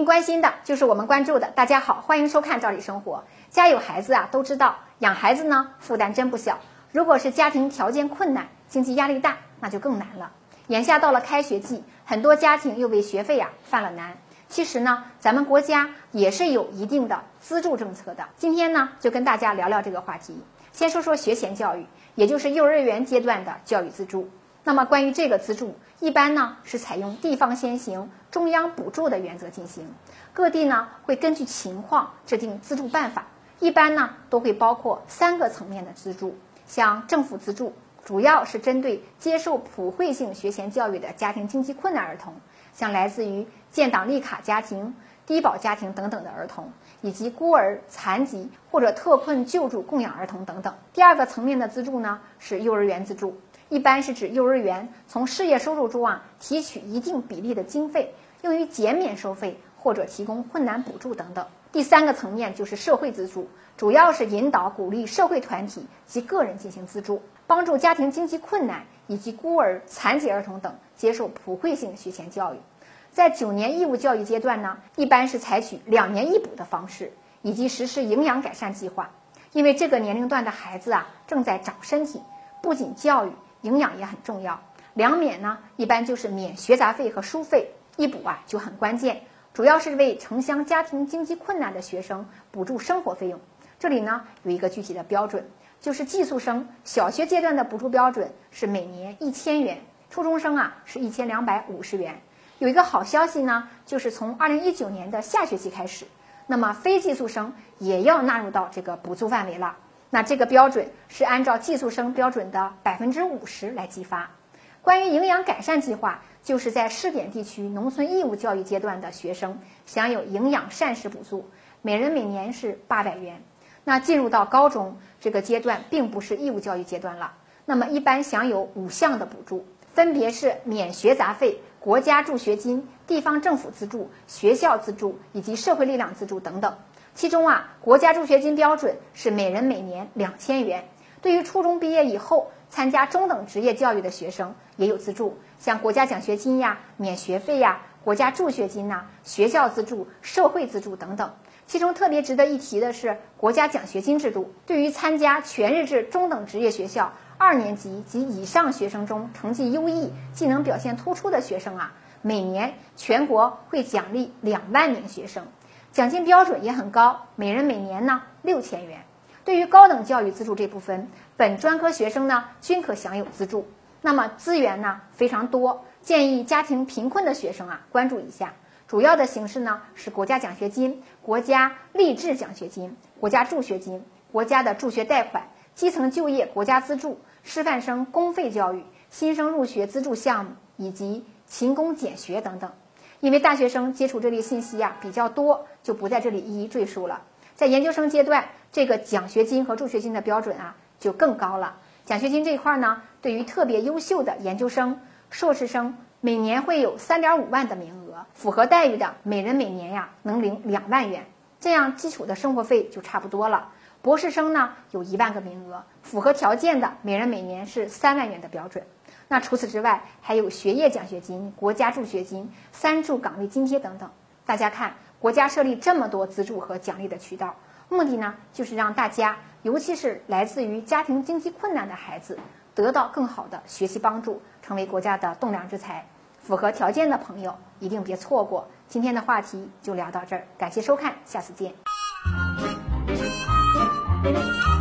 关心的就是我们关注的。大家好，欢迎收看《赵理生活》。家有孩子啊，都知道养孩子呢负担真不小。如果是家庭条件困难、经济压力大，那就更难了。眼下到了开学季，很多家庭又为学费犯了难。其实呢，咱们国家也是有一定的资助政策的。今天呢，就跟大家聊聊这个话题。先说说学前教育，也就是幼儿园阶段的教育资助。那么关于这个资助，一般呢是采用地方先行、中央补助的原则进行。各地呢会根据情况制定资助办法，一般呢都会包括3个层面的资助。像政府资助，主要是针对接受普惠性学前教育的家庭经济困难儿童，像来自于建档立卡家庭、低保家庭等等的儿童，以及孤儿、残疾或者特困救助供养儿童等等。第2个层面的资助呢是幼儿园资助，一般是指幼儿园从事业收入中提取一定比例的经费，用于减免收费或者提供困难补助等等。第3个层面就是社会资助，主要是引导鼓励社会团体及个人进行资助，帮助家庭经济困难以及孤儿、残疾儿童等接受普惠性学前教育。在9年义务教育阶段呢，一般是采取2年一补的方式，以及实施营养改善计划。因为这个年龄段的孩子正在长身体，不仅教育，营养也很重要。2免呢，一般就是免学杂费和书费，一补就很关键，主要是为城乡家庭经济困难的学生补助生活费用。这里呢有一个具体的标准，就是寄宿生小学阶段的补助标准是每年1000元，初中生是1250元。有一个好消息呢，就是从2019年的下学期开始，那么非寄宿生也要纳入到这个补助范围了。那这个标准是按照寄宿生标准的50%来计发。关于营养改善计划，就是在试点地区农村义务教育阶段的学生享有营养膳食补助，每人每年是800元。那进入到高中这个阶段，并不是义务教育阶段了，那么一般享有5项的补助，分别是免学杂费、国家助学金、地方政府资助、学校资助以及社会力量资助等等。其中国家助学金标准是每人每年2000元。对于初中毕业以后参加中等职业教育的学生也有资助，像国家奖学金免学费国家助学金学校资助、社会资助等等。其中特别值得一提的是国家奖学金制度，对于参加全日制中等职业学校2年级及以上学生中成绩优异、技能表现突出的学生每年全国会奖励2万名学生，奖金标准也很高，每人每年6000元。对于高等教育资助这部分，本专科学生均可享有资助。那么资源非常多，建议家庭贫困的学生关注一下。主要的形式是国家奖学金、国家励志奖学金、国家助学金、国家的助学贷款、基层就业国家资助、师范生公费教育、新生入学资助项目以及勤工俭学等等。因为大学生接触这类信息比较多，就不在这里一一赘述了。在研究生阶段，这个奖学金和助学金的标准就更高了。奖学金这一块呢，对于特别优秀的研究生、硕士生，每年会有3.5万的名额，符合待遇的每人每年能领2万元，这样基础的生活费就差不多了。博士生呢有1万个名额，符合条件的每人每年是3万元的标准。那除此之外，还有学业奖学金、国家助学金、3助岗位津贴等等。大家看，国家设立这么多资助和奖励的渠道，目的呢就是让大家，尤其是来自于家庭经济困难的孩子，得到更好的学习帮助，成为国家的栋梁之才。符合条件的朋友一定别错过。今天的话题就聊到这儿，感谢收看，下次见。